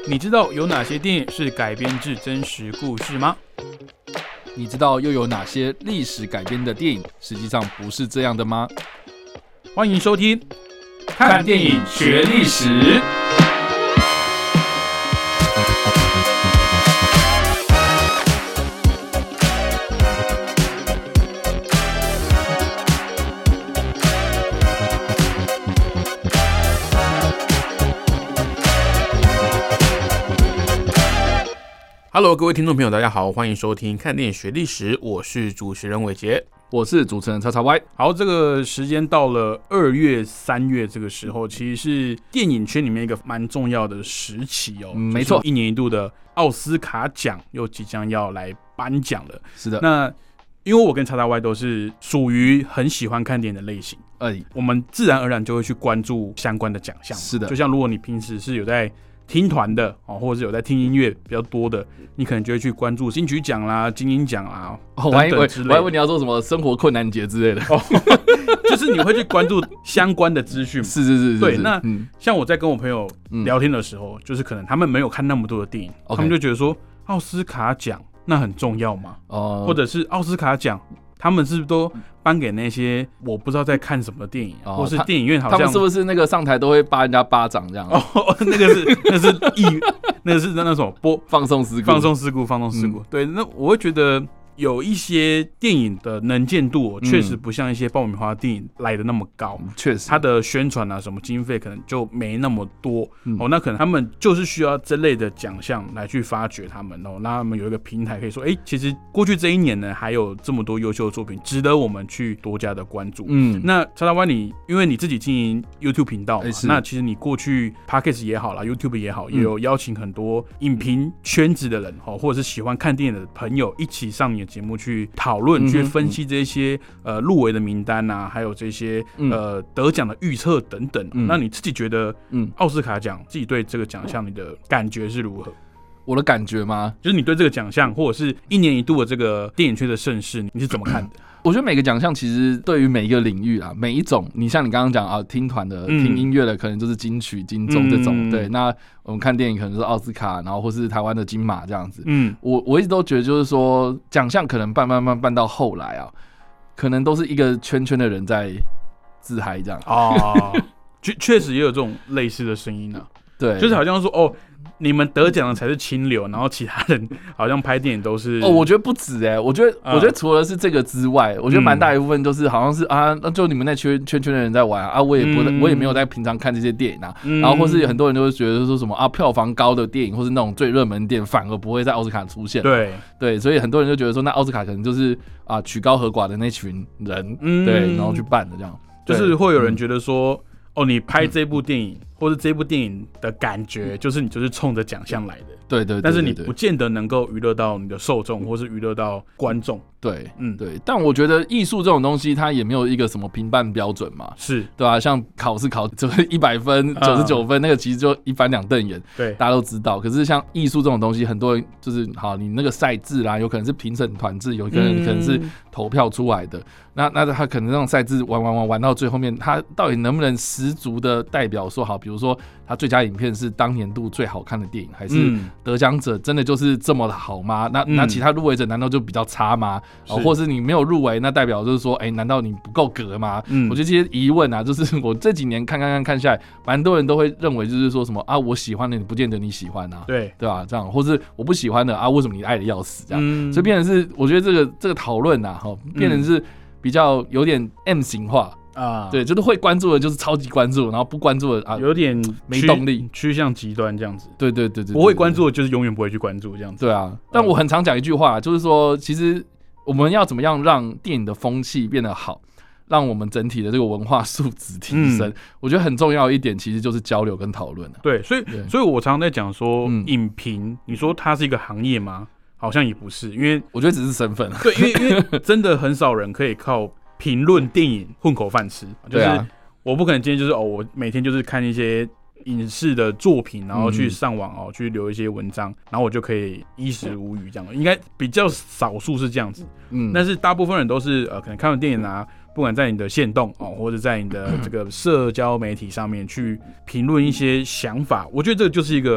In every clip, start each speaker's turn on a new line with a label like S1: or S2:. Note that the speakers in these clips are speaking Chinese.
S1: 你知道有哪些电影是改编自真实故事吗？
S2: 你知道又有哪些历史改编的电影实际上不是这样的吗？
S1: 欢迎收听看电影学历史。Hello， 各位听众朋友，大家好，欢迎收听看电影学历史，我是主持人伟杰，
S2: 我是主持人叉叉 Y。
S1: 好，这个时间到了2月、3月这个时候，其实是电影圈里面一个蛮重要的时期哦。
S2: 没错，
S1: 一年一度的奥斯卡奖又即将要来颁奖了。
S2: 是的，
S1: 那因为我跟叉叉 Y 都是属于很喜欢看电影的类型，我们自然而然就会去关注相关的奖项。
S2: 是的，
S1: 就像如果你平时是有在听团的或者是有在听音乐比较多的，你可能就会去关注金曲奖啦、金鹰奖啦等等之类的。
S2: 我还以为你要做什么生活困难节之类的，
S1: 就是你会去关注相关的资讯。
S2: 是，
S1: 对。那像我在跟我朋友聊天的时候，就是可能他们没有看那么多的电影，他们就觉得说奥斯卡奖那很重要吗？或者是奥斯卡奖他们是不是都颁给那些我不知道在看什么电影，或是电影院好像
S2: 他们是不是那个上台都会扒人家巴掌这样？
S1: 那个是那种
S2: 放送事故。
S1: 对，那我会觉得有一些电影的能见度确实不像一些爆米花电影来的那么高，
S2: 确实，
S1: 它的宣传啊什么经费可能就没那么多那可能他们就是需要这类的奖项来去发掘他们让他们有一个平台可以说，其实过去这一年呢，还有这么多优秀的作品值得我们去多加的关注。那叉叉 Y 因为你自己经营 YouTube 频道嘛，那其实你过去 Podcast 也好啦 YouTube 也好，也有邀请很多影评圈子的人或者是喜欢看电影的朋友一起上你的节目去讨论，去分析这些入围的名单啊，还有这些得奖的预测等等。那你自己觉得奥斯卡奖自己对这个奖项你的感觉是如何？
S2: 我的感觉吗？
S1: 就是你对这个奖项或者是一年一度的这个电影圈的盛事，你是怎么看的？
S2: 我觉得每个奖项其实对于每一个领域啊，每一种，你像你刚刚讲听团的、听音乐的，可能就是金曲、金钟这种。对，那我们看电影可能就是奥斯卡，然后或是台湾的金马这样子。我一直都觉得就是说，奖项可能办到后来啊，可能都是一个圈圈的人在自嗨这样。
S1: 确实也有这种类似的声音啊。
S2: 对，
S1: 就是好像说你们得奖的才是清流，然后其他人好像拍电影都是
S2: 我觉得不止我觉得除了是这个之外，我觉得蛮大一部分就是好像是那就你们那圈的人在玩我也没有在平常看这些电影啊，然后或是很多人就会觉得说什么票房高的电影或是那种最热门的电影反而不会在奥斯卡出现。对，所以很多人就觉得说那奥斯卡可能就是曲高和寡的那群人，对，然后去办的这样，
S1: 就是会有人觉得说你拍这部电影或是这部电影的感觉，就是你就是冲着奖项来的，
S2: 对，
S1: 但是你不见得能够娱乐到你的受众，或是娱乐到观众。
S2: 对，但我觉得艺术这种东西，它也没有一个什么评判标准嘛，
S1: 是
S2: 对吧？像考试考100分、99分，那个其实就一翻两瞪眼，对，大家都知道。可是像艺术这种东西，很多人就是你那个赛制啦，有可能是评审团制，有可能是投票出来的。那他可能那种赛制玩到最后面，他到底能不能十足的代表说比如说他最佳影片是当年度最好看的电影，还是得奖者真的就是这么的好吗？那其他入围者难道就比较差吗？或是你没有入围，那代表就是说，难道你不够格吗？我觉得这些疑问啊，就是我这几年看下来，蛮多人都会认为就是说什么我喜欢的你不见得你喜欢啊，对吧？这样，或是我不喜欢的为什么你爱的要死这样？所以变成是，我觉得这个讨论啊，变成是比较有点 M 型化。对，就是会关注的，就是超级关注，然后不关注的
S1: 有点
S2: 没动力，
S1: 趋向极端这样子。
S2: 对，
S1: 不会关注的，就是永远不会去关注这样子。
S2: 对啊，但我很常讲一句话，就是说，其实我们要怎么样让电影的风气变得好，让我们整体的这个文化素质提升，我觉得很重要一点，其实就是交流跟讨论。
S1: 对，所以我常常在讲说，影评，你说它是一个行业吗？好像也不是，因为
S2: 我觉得只是身份。
S1: 对，因为真的很少人可以靠评论电影混口饭吃，就是我不可能今天就是我每天就是看一些影视的作品，然后去上网去留一些文章，然后我就可以衣食无虞这样，应该比较少数是这样子。但是大部分人都是可能看完电影啊，不管在你的限动或者在你的这个社交媒体上面去评论一些想法，我觉得这个就是一个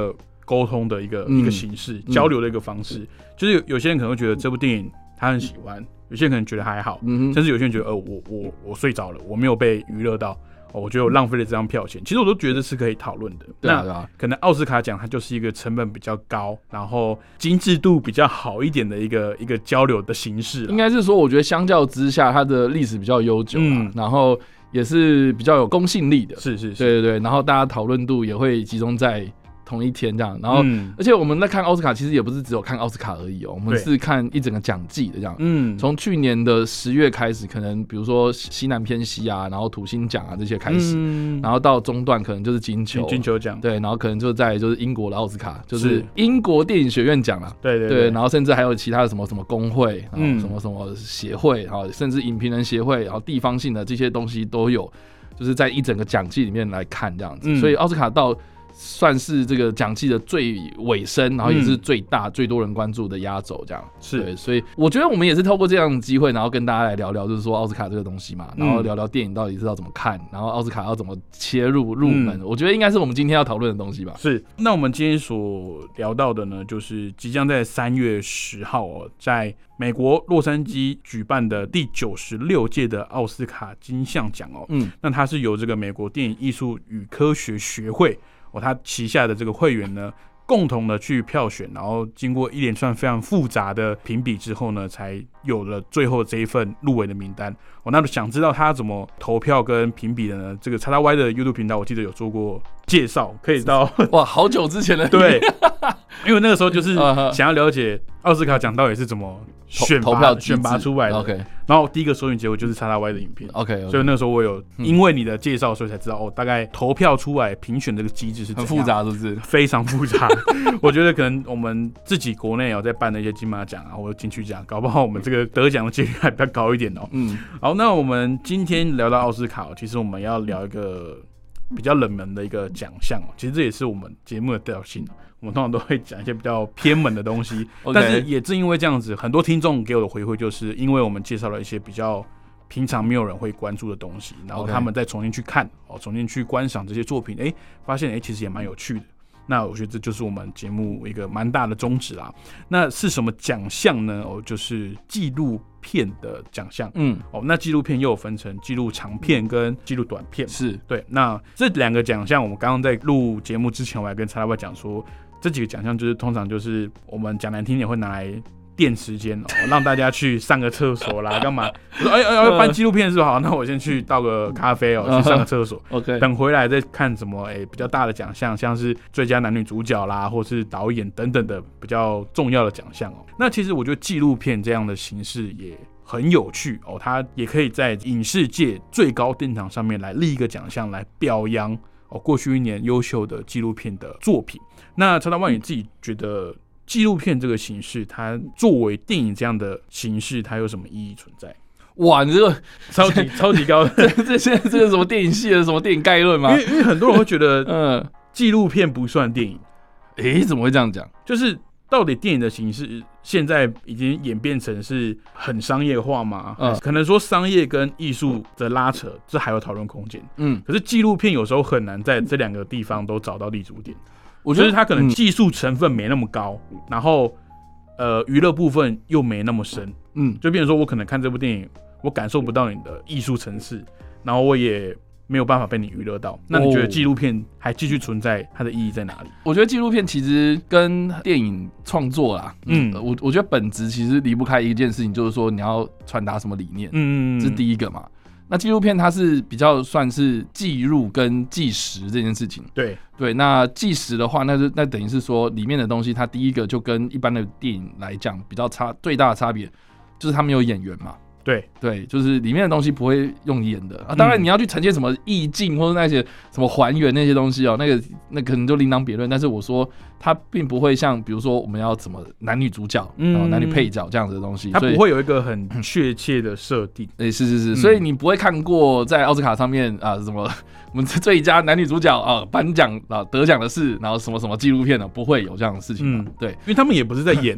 S1: 沟通的一个形式，交流的一个方式。就是有些人可能会觉得这部电影他很喜欢，有些人可能觉得还好，甚至有些人觉得我睡着了，我没有被娱乐到。我觉得我浪费了这张票钱，其实我都觉得是可以讨论的。
S2: 对啊，对啊。
S1: 可能奥斯卡奖它就是一个成本比较高，然后精致度比较好一点的一个交流的形式。
S2: 应该是说，我觉得相较之下，它的历史比较悠久，然后也是比较有公信力的。
S1: 是，
S2: 对对对。然后大家讨论度也会集中在同一天这样，然后而且我们在看奥斯卡，其实也不是只有看奥斯卡而已哦，我们是看一整个奖季的这样。从去年的10月开始，可能比如说西南偏西啊，然后土星奖啊这些开始，然后到中段可能就是金球
S1: 奖，
S2: 对，然后可能就在就是英国的奥斯卡，就是英国电影学院奖啦，
S1: 对，
S2: 然后甚至还有其他的什么工会，什么协会，然后甚至影评人协会，然后地方性的这些东西都有，就是在一整个奖季里面来看这样子，所以奥斯卡到算是这个奖季的最尾声，然后也是最大、最多人关注的压轴，这样是对，所以我觉得我们也是透过这样的机会，然后跟大家来聊聊，就是说奥斯卡这个东西嘛，然后聊聊电影到底是要怎么看，然后奥斯卡要怎么切入门，我觉得应该是我们今天要讨论的东西吧。
S1: 是，那我们今天所聊到的呢，就是即将在3月10号在美国洛杉矶举办的第96届的奥斯卡金像奖哦，那它是由这个美国电影艺术与科学学会。他旗下的这个会员呢，共同的去票选，然后经过一连串非常复杂的评比之后呢，才有了最后这一份入围的名单。那想知道他怎么投票跟评比的呢？这个XXY的 YouTube 频道我记得有做过介绍，可以到
S2: 哇，好久之前的
S1: 对，因为那个时候就是想要了解奥斯卡奖到底是怎么选拔出来的。
S2: Okay.
S1: 然后第一个搜寻结果就是XXY的影片。
S2: OK，
S1: 所以那个时候我有因为你的介绍，所以才知道大概投票出来评选这个机制是怎样，
S2: 很复杂，是不是？
S1: 非常复杂。我觉得可能我们自己国内有在办的一些金马奖啊，或者金曲奖，搞不好我们这个得奖的几率还比较高一点哦。好，那我们今天聊到奥斯卡，其实我们要聊一个比较冷门的一个奖项哦，其实这也是我们节目的调性。我们通常都会讲一些比较偏门的东西，但是也正因为这样子，很多听众给我的回馈就是因为我们介绍了一些比较平常没有人会关注的东西，然后他们再重新去看，重新去观赏这些作品，发现其实也蛮有趣的。那我觉得这就是我们节目一个蛮大的宗旨啦。那是什么奖项呢？就是纪录片的奖项。那纪录片又有分成纪录长片跟纪录短片。
S2: 是
S1: 对。那这两个奖项，我们刚刚在录节目之前，我还跟XXY讲说，这几个奖项就是通常就是我们讲难听点会拿来垫时间让大家去上个厕所啦，干嘛？我说要搬纪录片是吧？好，那我先去倒个咖啡去上个厕所。
S2: OK，
S1: 等回来再看什么比较大的奖项，像是最佳男女主角啦，或是导演等等的比较重要的奖项那其实我觉得纪录片这样的形式也很有趣它也可以在影视界最高殿堂上面来立一个奖项来表扬过去一年优秀的纪录片的作品。那XXY你自己觉得纪录片这个形式，它作为电影这样的形式，它有什么意义存在？
S2: 哇，你这个
S1: 超级高的，
S2: 这个什么电影系的什么电影概论吗？
S1: 因为很多人会觉得，纪录片不算电影。
S2: 怎么会这样讲？
S1: 就是到底电影的形式现在已经演变成是很商业化吗？可能说商业跟艺术的拉扯，这还有讨论空间。可是纪录片有时候很难在这两个地方都找到立足点。我觉得它可能技术成分没那么高，然后娱乐部分又没那么深，就变成说我可能看这部电影，我感受不到你的艺术层次，然后我也没有办法被你娱乐到。那你觉得纪录片还继续存在，它的意义在哪里？
S2: 我觉得纪录片其实跟电影创作啦，我觉得本质其实离不开一件事情，就是说你要传达什么理念，这是第一个嘛。那纪录片它是比较算是记录跟纪实这件事情。对，那纪实的话，那等于是说里面的东西，它第一个就跟一般的电影来讲比较最大的差别就是它没有演员嘛。对，就是里面的东西不会用演的当然你要去呈现什么意境或者那些什么还原那些东西那可能就另当别论。但是我说它并不会像比如说我们要怎么男女主角然后男女配角这样子的东西，
S1: 它不会有一个很确切的设定。
S2: 是，所以你不会看过在奥斯卡上面什么我们最佳男女主角颁奖得奖的是然后什么什么纪录片不会有这样的事情对，
S1: 因为他们也不是在演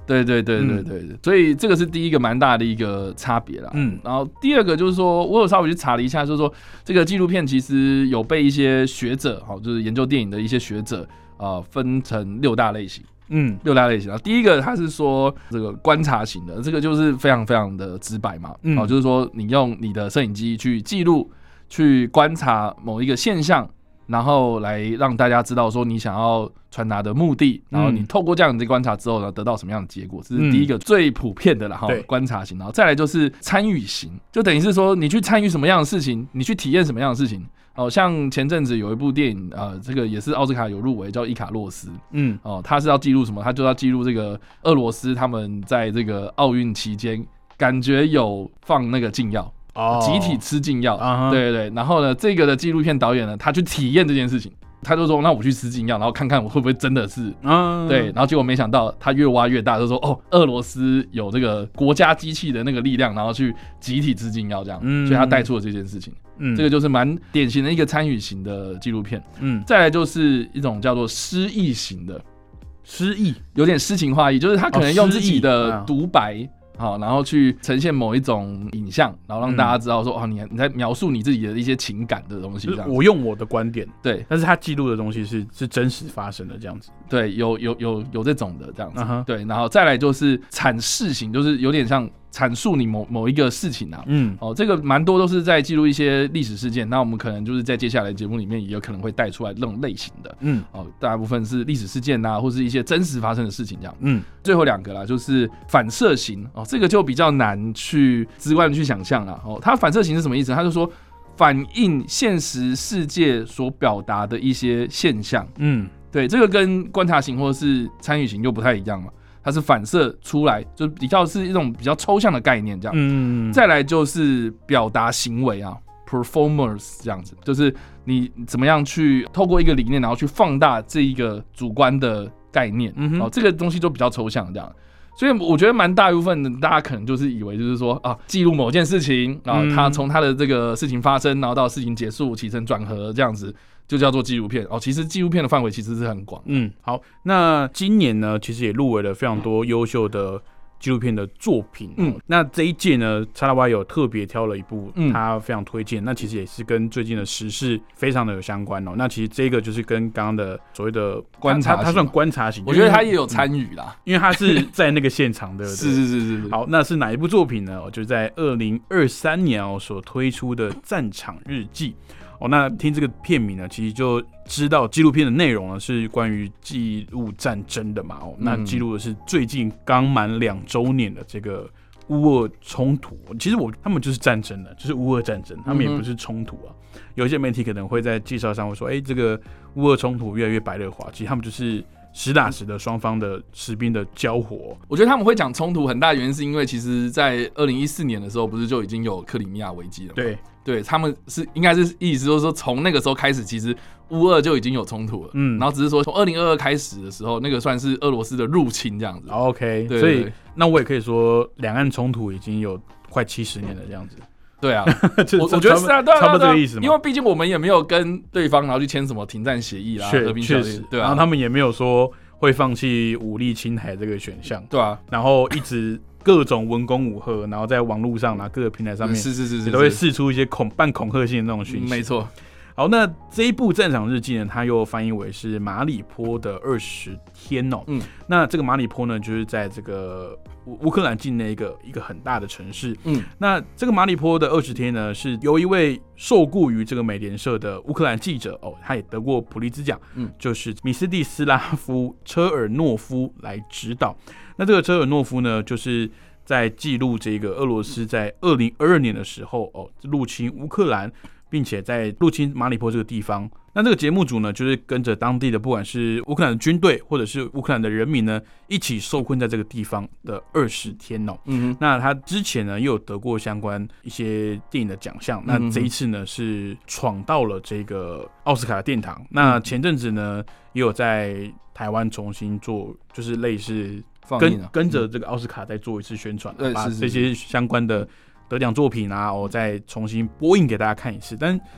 S2: 对，所以这个是第一个蛮大的一个差别啦。然后第二个就是说，我有稍微去查了一下，就是说这个纪录片其实有被一些学者，就是研究电影的一些学者分成6大类型。6大类型啊。第一个他是说这个观察型的，这个就是非常非常的直白嘛，就是说你用你的摄影机去记录、去观察某一个现象，然后来让大家知道说你想要传达的目的，然后你透过这样的观察之后呢，得到什么样的结果，这是第一个最普遍的啦，观察型。然后再来就是参与型，就等于是说你去参与什么样的事情，你去体验什么样的事情。像前阵子有一部电影，这个也是奥斯卡有入围，叫《伊卡洛斯》。他是要记录什么？他就要记录这个俄罗斯他们在这个奥运期间，感觉有放那个禁药。集体吃禁药，对，然后呢，这个的纪录片导演呢，他去体验这件事情，他就说，那我去吃禁药，然后看看我会不会真的是，对，然后结果没想到他越挖越大，就说俄罗斯有这个国家机器的那个力量，然后去集体吃禁药这样，所以他带出了这件事情，这个就是蛮典型的一个参与型的纪录片，再来就是一种叫做诗意型的，
S1: 诗意
S2: 有点诗情画意，就是他可能用自己的独白。好，然后去呈现某一种影像，然后让大家知道说，你在描述你自己的一些情感的东西，这样。我
S1: 用我的观点，
S2: 对，
S1: 但是他记录的东西是真实发生的这样子。
S2: 对，有这种的这样子，对，然后再来就是阐释型，就是有点像阐述你某一个事情啊，这个蛮多都是在记录一些历史事件，那我们可能就是在接下来的节目里面也有可能会带出来这种类型的，大部分是历史事件啊，或是一些真实发生的事情这样，最后2个啦，就是反射型，这个就比较难去直观的去想象啦，它反射型是什么意思？他就说反映现实世界所表达的一些现象，对，这个跟观察型或者是参与型就不太一样嘛。它是反射出来，就比较是一种比较抽象的概念，这样。再来就是表达行为啊 ，performers 这样子，就是你怎么样去透过一个理念，然后去放大这一个主观的概念，这个东西就比较抽象这样。所以我觉得蛮大一部分的大家可能就是以为就是说记录某件事情，然后他从他的这个事情发生，然后到事情结束起承转合这样子。就叫做纪录片其实纪录片的范围其实是很广。
S1: 好，那今年呢，其实也入围了非常多优秀的纪录片的作品。那这一届呢，XXY有特别挑了一部他非常推荐，那其实也是跟最近的时事非常的有相关那其实这个就是跟刚刚的所谓的
S2: 观察型，
S1: 他算观察型，
S2: 我觉得他也有参与啦，
S1: 因为他是在那个现场的。
S2: 是。
S1: 好，那是哪一部作品呢？就是在2023年所推出的《战场日记》。那听这个片名呢，其实就知道纪录片的内容呢是关于记录战争的嘛。那记录的是最近刚满2周年的这个乌俄冲突。其实他们就是战争了，就是乌俄战争，他们也不是冲突啊。有一些媒体可能会在介绍上会说，这个乌俄冲突越来越白热化，其实他们就是实打实的双方的士兵的交火。
S2: 我觉得他们会讲冲突很大原因是因为其实在2014年的时候不是就已经有克里米亚危机了吗？对，他们是应该是意思就是说从那个时候开始其实乌俄就已经有冲突了，然后只是说从2022开始的时候那个算是俄罗斯的入侵这样子。
S1: OK， 对，所以那我也可以说两岸冲突已经有快70年了这样子。
S2: 对啊，我觉得是啊，对啊，
S1: 差不多这个意思嘛。
S2: 因为毕竟我们也没有跟对方然后去签什么停战协议啦、和平协议，对啊。
S1: 然后他们也没有说会放弃武力侵台这个选项，
S2: 对啊。
S1: 然后一直各种文攻武吓，然后在网络上各个平台上面，
S2: 是，
S1: 也都会释出一些半恐吓性的那种讯息。
S2: 没错。
S1: 好，那这一部《战场日记》呢，它又翻译为是马里坡的20天哦。那这个马里坡呢，就是在这个乌克兰境内一个很大的城市。那这个马里坡的20天呢，是由一位受雇于这个美联社的乌克兰记者他也得过普利兹奖，就是米斯蒂斯拉夫·车尔诺夫来指导。那这个车尔诺夫呢，就是在记录这个俄罗斯在2022年的时候入侵乌克兰，并且在入侵马里坡这个地方。那这个节目组呢，就是跟着当地的不管是乌克兰的军队或者是乌克兰的人民呢，一起受困在这个地方的20天哦。那他之前呢，又有得过相关一些电影的奖项。那这一次呢，是闯到了这个奥斯卡的殿堂。那前阵子呢，也有在台湾重新做，就是类似跟着这个奥斯卡再做一次宣传，把这些相关的得奖作品啊，再重新播映给大家看一次。但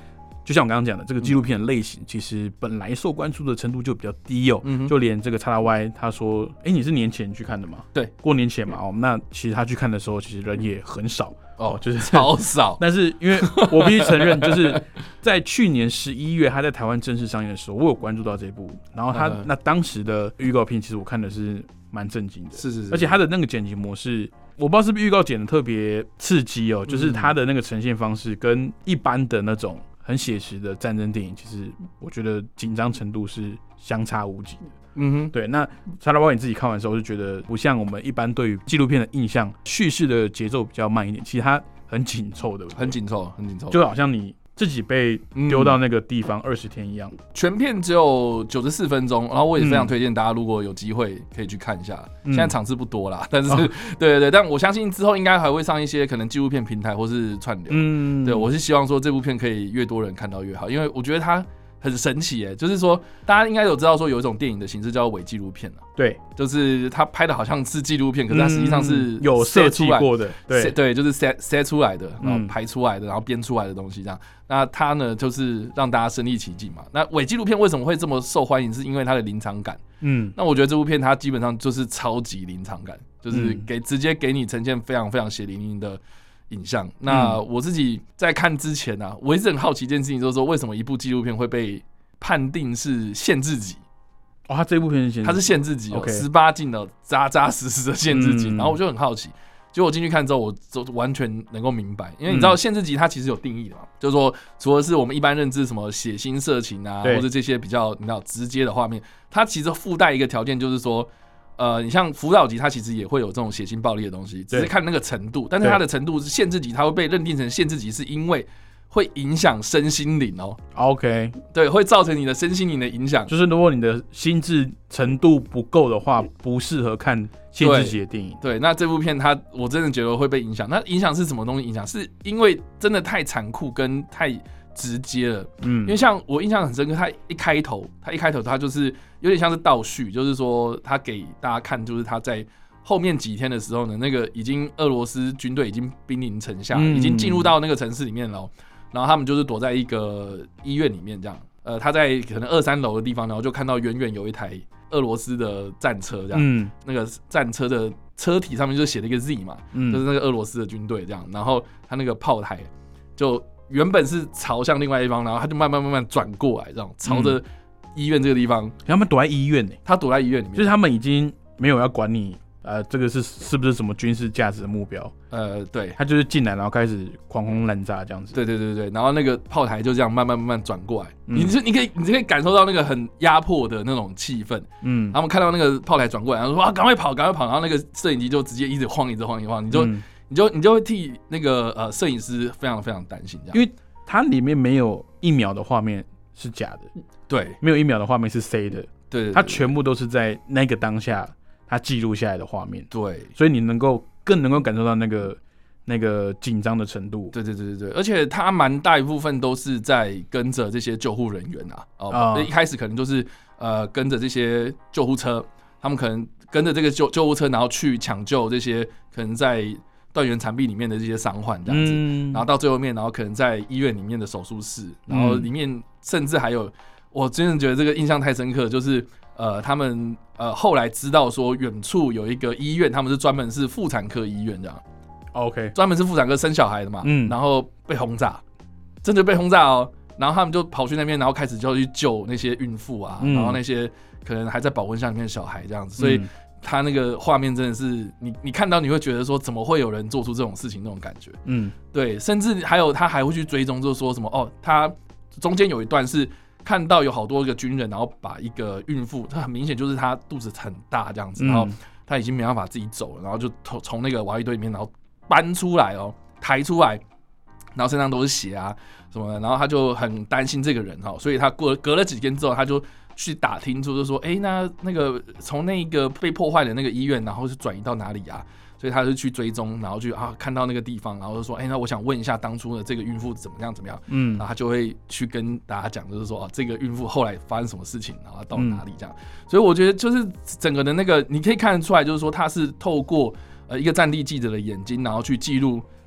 S1: 就像我刚刚讲的，这个纪录片的类型其实本来受关注的程度就比较低哦，就连这个XXY他说，你是年前去看的吗？
S2: 对，
S1: 过年前嘛，那其实他去看的时候，其实人也很少就是
S2: 超少。
S1: 但是因为我必须承认，就是在去年11月他在台湾正式上映的时候，我有关注到这部，然后他那当时的预告片，其实我看的是蛮震惊的，
S2: 是，
S1: 而且他的那个剪辑模式。我不知道是不是预告剪的特别刺激就是他的那个呈现方式跟一般的那种很写实的战争电影，其实我觉得紧张程度是相差无几的。对。那沙拉包你自己看完的时候，就觉得不像我们一般对于纪录片的印象，叙事的节奏比较慢一点，其实它很紧凑的，
S2: 很紧凑，
S1: 就好像你自己被丢到那个地方20天一样。
S2: 全片只有94分钟，然后我也非常推荐大家，如果有机会可以去看一下。现在场次不多啦，但是对，但我相信之后应该还会上一些可能纪录片平台或是串流。对，我是希望说这部片可以越多人看到越好，因为我觉得它很神奇就是说大家应该有知道说有一种电影的形式叫伪纪录片
S1: 对，
S2: 就是他拍的好像是纪录片，可是他实际上是
S1: 有设计过的，
S2: 对，就是 set 出来的，然后拍出来的，然后编出来的东西这样。那他呢，就是让大家身临其境嘛。那伪纪录片为什么会这么受欢迎？是因为它的临场感。那我觉得这部片它基本上就是超级临场感，就是直接给你呈现非常非常血淋淋的影像。那我自己在看之前我一直很好奇一件事情，就是说为什么一部纪录片会被判定是限制级？
S1: 他这部片
S2: 是限制级18禁的，扎扎实实的限制级。然后我就很好奇，结果我进去看之后，我就完全能够明白，因为你知道限制级它其实有定义的嘛，就是说除了是我们一般认知什么血腥色情或者这些比较你知道直接的画面，它其实附带一个条件，就是说你像辅导级，它其实也会有这种血腥暴力的东西，只是看那个程度，但是它的程度是限制级，它会被认定成限制级，是因为会影响身心灵
S1: OK，
S2: 对，会造成你的身心灵的影响。
S1: 就是如果你的心智程度不够的话，不适合看限制级的电影。
S2: 对，那这部片我真的觉得会被影响。那影响是什么东西影响？是因为真的太残酷跟太直接了。因为像我印象很深刻，他一开头他就是有点像是倒叙，就是说他给大家看，就是他在后面几天的时候呢，那个已经俄罗斯军队已经兵临城下，已经进入到那个城市里面了。然后他们就是躲在一个医院里面这样，他在可能2、3楼的地方，然后就看到远远有一台俄罗斯的战车这样，那个战车的车体上面就写了一个 Z 嘛，就是那个俄罗斯的军队这样，然后他那个炮台就原本是朝向另外一方，然后他就慢慢转过来，这样朝着医院这个地方，
S1: 他们躲在医院
S2: 他躲在医院里面，
S1: 就是他们已经没有要管你。这个是不是什么军事价值的目标？
S2: 对，
S1: 他就是进来，然后开始狂轰滥炸这样子。
S2: 对，然后那个炮台就这样慢慢转过来，你可以感受到那个很压迫的那种气氛。然后我们看到那个炮台转过来，然后说赶快跑，然后那个摄影机就直接一直晃，你就会替那个摄影师非常非常担心这样，
S1: 因为它里面没有1秒的画面是假的，
S2: 对，
S1: 没有1秒的画面是 C 的，
S2: 对，
S1: 它全部都是在那个当下。他记录下来的画面，
S2: 对，
S1: 所以你更能够感受到那个紧张的程度。
S2: 对，而且他蛮大一部分都是在跟着这些救护人员一开始可能就是跟着这些救护车，他们可能跟着这个救护车，然后去抢救这些可能在断垣残壁里面的这些伤患这样子，然后到最后面，然后可能在医院里面的手术室，然后里面甚至还有，我真的觉得这个印象太深刻，就是他们后来知道说远处有一个医院，他们是专门是妇产科医院这样
S1: ，OK，
S2: 专门是妇产科生小孩的嘛，然后被轰炸，真的被轰炸然后他们就跑去那边，然后开始就去救那些孕妇然后那些可能还在保温箱里面的小孩这样子，所以他那个画面真的是你看到你会觉得说怎么会有人做出这种事情那种感觉，对，甚至还有他还会去追踪，就是说什么他中间有一段是。看到有好多个军人，然后把一个孕妇，他很明显就是他肚子很大这样子，然后他已经没办法自己走了，然后就从那个瓦砾堆里面，然后搬出来抬出来，然后身上都是血什么的，然后他就很担心这个人所以他隔了几天之后，他就去打听，就是说，那个从那个被破坏的那个医院，然后是转移到哪里所以他就去追踪，然后去看到那个地方，然后就说，那我想问一下当初的这个孕妇怎么样，然后他就会去跟大家讲，就是说，这个孕妇后来发生什么事情，然后到哪里这样。所以我觉得就是整个的那个，你可以看得出来，就是说他是透过一个战地记者的眼睛，然后去记录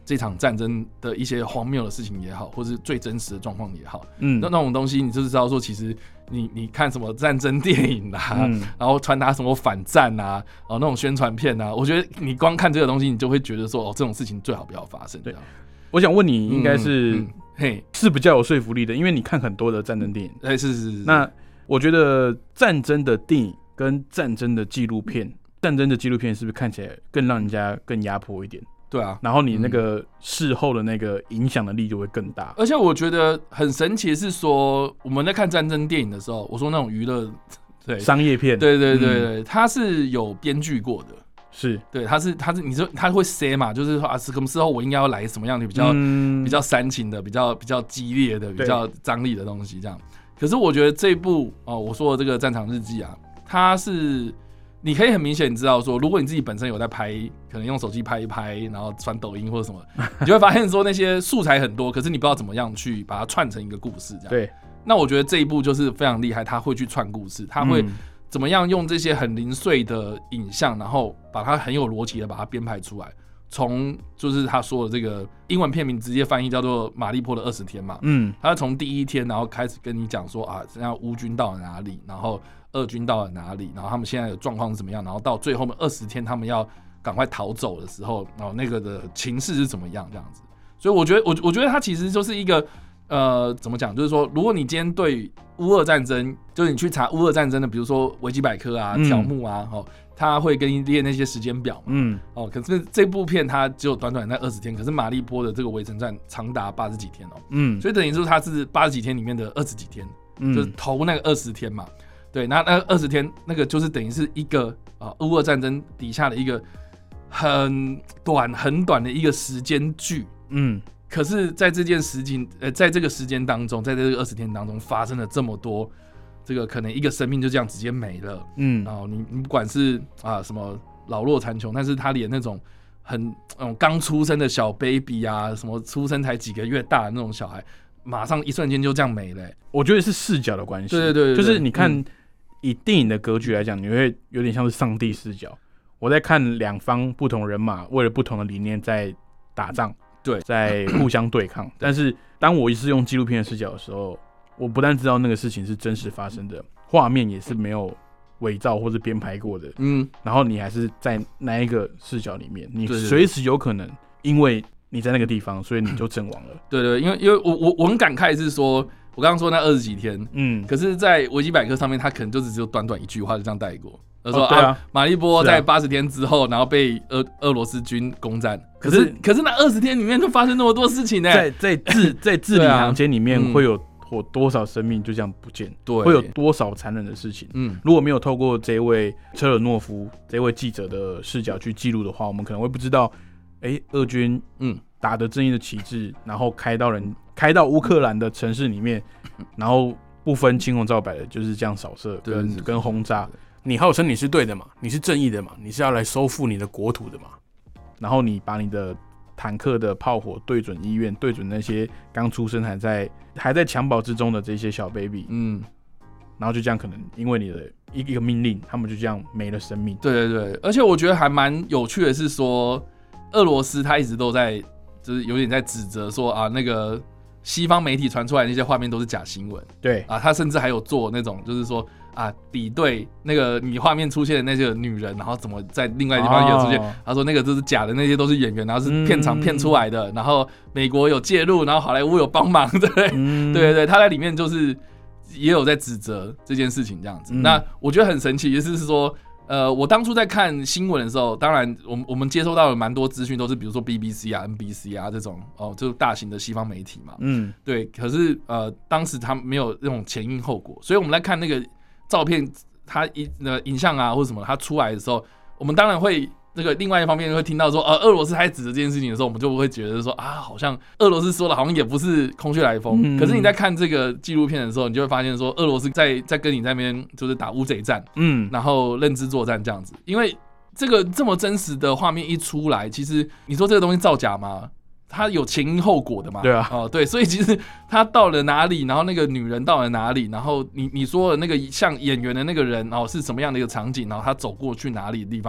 S2: 这场战争的一些荒谬的事情也好，或是最真实的状况也好，那种东西你就知道说，其实你看什么战争电影啊，然后传达什么反战啊，那种宣传片啊，我觉得你光看这个东西，你就会觉得说，这种事情最好不要发生。对，
S1: 我想问你，应该是是比较有说服力的，因为你看很多的战争电影。
S2: 是。
S1: 那我觉得战争的电影跟战争的纪录片，战争的纪录片是不是看起来更让人家更压迫一点？
S2: 对啊，
S1: 然后你那个事后的那个影响的力就会更大。
S2: 而且我觉得很神奇的是说，我们在看战争电影的时候，我说那种娱乐对
S1: 商业片，
S2: 对，它是有编剧过的。
S1: 是
S2: 对，他是，你说他会 say 嘛，就是说什么时候我应该要来什么样的比较煽情的、比较激烈的、比较张力的东西这样。可是我觉得这一部我说的这个《战场日记》啊，它是你可以很明显知道说，如果你自己本身有在拍，可能用手机拍一拍，然后传抖音或者什么，你就会发现说那些素材很多，可是你不知道怎么样去把它串成一个故事这样。
S1: 对，
S2: 那我觉得这一部就是非常厉害，他会去串故事，他会怎么样用这些很零碎的影像，然后把它很有逻辑的把它编排出来。从就是他说的这个英文片名直接翻译叫做《马利波的20天》嘛，他从第一天然后开始跟你讲说现在乌军到了哪里，然后俄军到了哪里，然后他们现在的状况是怎么样，然后到最后的20天他们要赶快逃走的时候，然后那个的情势是怎么样这样子。所以我觉得它其实就是一个怎么讲，就是说如果你今天对乌俄战争，就是你去查乌俄战争的，比如说维基百科啊、条目啊，他会跟你列那些时间表嘛，可是这部片它只有短短那20天，可是马利波的这个围城战长达80几天所以等于说它是80几天里面的20几天，就是头那个20天嘛，对，那20天那个就是等于是一个乌俄战争底下的一个很短的一个时间剧，可是在这件事情在这个时间当中，在这个20天当中发生了这么多。这个可能一个生命就这样直接没了，然后你不管是什么老弱残穷，但是他连那种刚出生的小 baby 啊，什么出生才几个月大的那种小孩，马上一瞬间就这样没了。
S1: 我觉得是视角的关系，
S2: 对，
S1: 就是你看以电影的格局来讲，你会有点像是上帝视角。我在看两方不同人马为了不同的理念在打仗，
S2: 对，
S1: 在互相对抗。但是当我是用纪录片的视角的时候，我不但知道那个事情是真实发生的，画面也是没有伪造或是编排过的，然后你还是在那一个视角里面，你随时有可能因为你在那个地方，所以你就阵亡了。
S2: 对，因为我很感慨是说，我刚刚说那20几天，可是在维基百科上面，他可能就只有短一句话就这样带过。他说马利波在80天之后，然后被俄罗斯军攻占。可是那20天里面就发生那么多事情呢，
S1: 在字里行间里面会有多少生命就这样不见，会有多少残忍的事情。如果没有透过这位车尔诺夫这位记者的视角去记录的话，我们可能会不知道，俄军打着正义的旗帜，然后开到乌克兰的城市里面，然后不分青红皂白的就是这样扫射跟轰炸。你号称你是对的嘛，你是正义的嘛，你是要来收复你的国土的嘛，然后你把你的坦克的炮火对准医院，对准那些刚出生还在襁褓之中的这些小 baby，然后就这样可能因为你的一个命令，他们就这样没了生命。
S2: 对，而且我觉得还蛮有趣的是说，俄罗斯他一直都在就是有点在指责说那个西方媒体传出来的那些画面都是假新闻。
S1: 对
S2: 他甚至还有做那种就是说比对那个你画面出现的那些女人，然后怎么在另外地方也有出现。他说那个都是假的，那些都是演员，然后是片场骗出来的，然后美国有介入，然后好莱坞有帮忙，对，他在里面就是也有在指责这件事情这样子。那我觉得很神奇的是说，我当初在看新闻的时候，当然我们接收到了蛮多资讯，都是比如说 BBC 啊、NBC 啊这种就是大型的西方媒体嘛，对。可是当时他没有那种前因后果，所以我们来看那个照片，它影像啊或者什么，它出来的时候，我们当然会那个另外一方面会听到说，俄罗斯还指着这件事情的时候，我们就会觉得说好像俄罗斯说的好像也不是空穴来风。可是你在看这个纪录片的时候，你就会发现说，俄罗斯在跟你在那边就是打乌贼战，然后认知作战这样子。因为这个这么真实的画面一出来，其实你说这个东西造假吗？它有前因后果的嘛？
S1: 对啊，
S2: 对，所以其实他到了哪里，然后那个女人到了哪里，然后你说的那个像演员的那个人是什么样的一个场景，然后他走过去哪里的地方，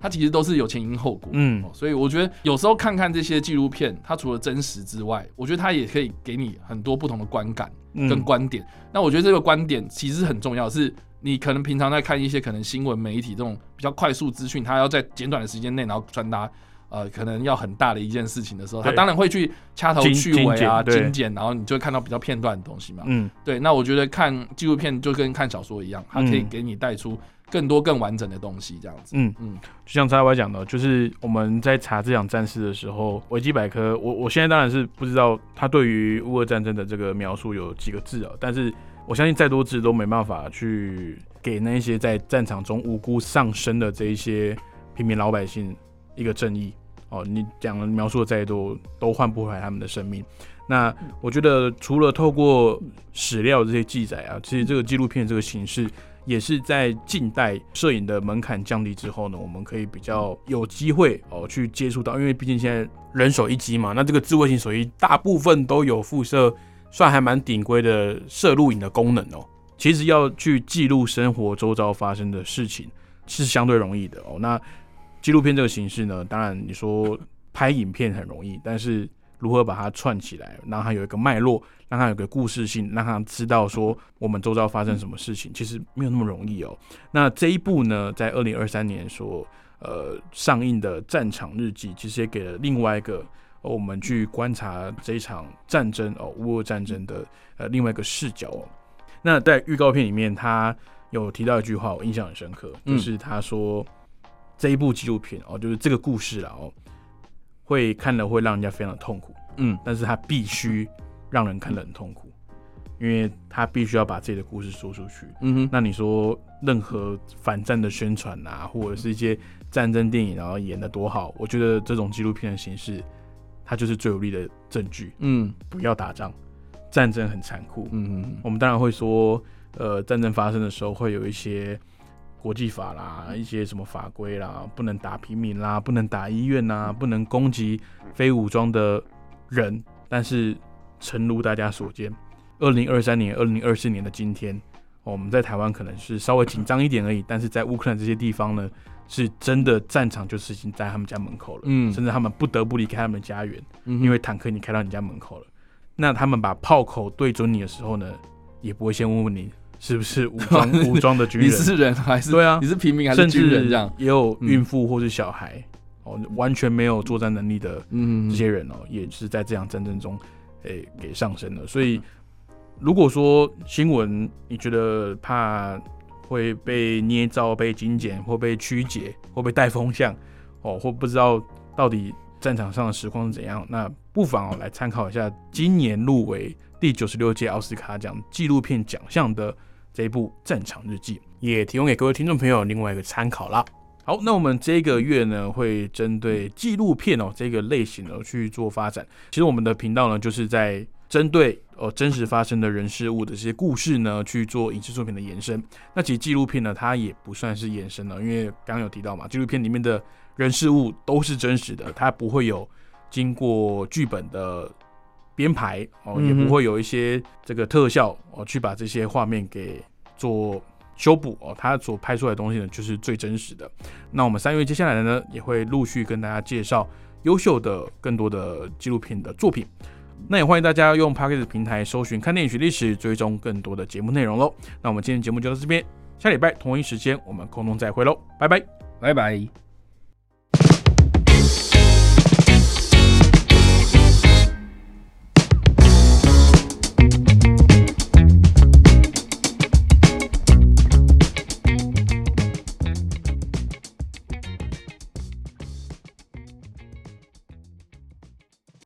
S2: 它其实都是有前因后果。所以我觉得有时候看看这些纪录片，它除了真实之外，我觉得它也可以给你很多不同的观感跟观点。那我觉得这个观点其实很重要，是你可能平常在看一些可能新闻媒体这种比较快速资讯，它要在简短的时间内然后传达。可能要很大的一件事情的时候，他当然会去掐头去尾啊、精简，然后你就会看到比较片段的东西嘛。对。那我觉得看纪录片就跟看小说一样，它可以给你带出更多更完整的东西，这样子。
S1: 就像叉 Y 讲的，就是我们在查这场战事的时候，维基百科，我现在当然是不知道他对于乌俄战争的这个描述有几个字啊，但是我相信再多字都没办法去给那些在战场中无辜丧生的这一些平民老百姓一个正义。你讲的描述的再多，都换不回来他们的生命。那我觉得，除了透过史料这些记载啊，其实这个纪录片这个形式，也是在近代摄影的门槛降低之后呢，我们可以比较有机会去接触到，因为毕竟现在人手一机嘛，那这个智慧型手机大部分都有附设算还蛮顶规的摄录影的功能哦。其实要去记录生活周遭发生的事情是相对容易的哦。那纪录片这个形式呢，当然你说拍影片很容易，但是如何把它串起来，让它有一个脉络，让它有个故事性，让它知道说我们周遭发生什么事情，其实没有那么容易哦。那这一部呢，在2023年所上映的《战场日记》，其实也给了另外一个我们去观察这一场战争乌俄战争的另外一个视角哦。那在预告片里面，他有提到一句话，我印象很深刻，就是他说。这一部纪录片就是这个故事啦会看了会让人家非常的痛苦，但是他必须让人看得很痛苦，因为他必须要把自己的故事说出去。那你说任何反战的宣传啊，或者是一些战争电影，然后演得多好，我觉得这种纪录片的形式，它就是最有力的证据。不要打仗，战争很残酷。我们当然会说，战争发生的时候会有一些。国际法啦，一些什么法规啦，不能打平民啦，不能打医院啦，不能攻击非武装的人。但是，诚如大家所见，2023年、2024年的今天，我们在台湾可能是稍微紧张一点而已，但是在乌克兰这些地方呢，是真的战场就是已经在他们家门口了，甚至他们不得不离开他们的家园，因为坦克已经开到你家门口了。那他们把炮口对准你的时候呢，也不会先问问你。是不是武装的军人？
S2: 你是人还是
S1: 对啊？
S2: 你是平民还是军人？这样
S1: 也有孕妇或是小孩完全没有作战能力的这些人也是在这场战争中给上升了。所以如果说新闻你觉得怕会被捏造、被精简或被曲解或被带风向或不知道到底战场上的实况是怎样，那不妨来参考一下今年入围第96届奥斯卡奖纪录片奖项的这一部《战场日记》，也提供给各位听众朋友另外一个参考啦。好，那我们这个月呢，会针对纪录片这个类型去做发展。其实我们的频道呢，就是在针对真实发生的人事物的这些故事呢，去做影视作品的延伸。那其实纪录片呢，它也不算是延伸了，因为刚刚有提到嘛，纪录片里面的人事物都是真实的，它不会有经过剧本的编排也不会有一些这个特效去把这些画面给做修补它所拍出来的东西呢，就是最真实的。那我们3月接下来呢，也会陆续跟大家介绍优秀的更多的纪录片的作品。那也欢迎大家用 Podcast 平台搜寻看电影学历史，追踪更多的节目内容咯。那我们今天节目就到这边，下礼拜同一时间我们空中再会咯，拜拜，
S2: 拜拜。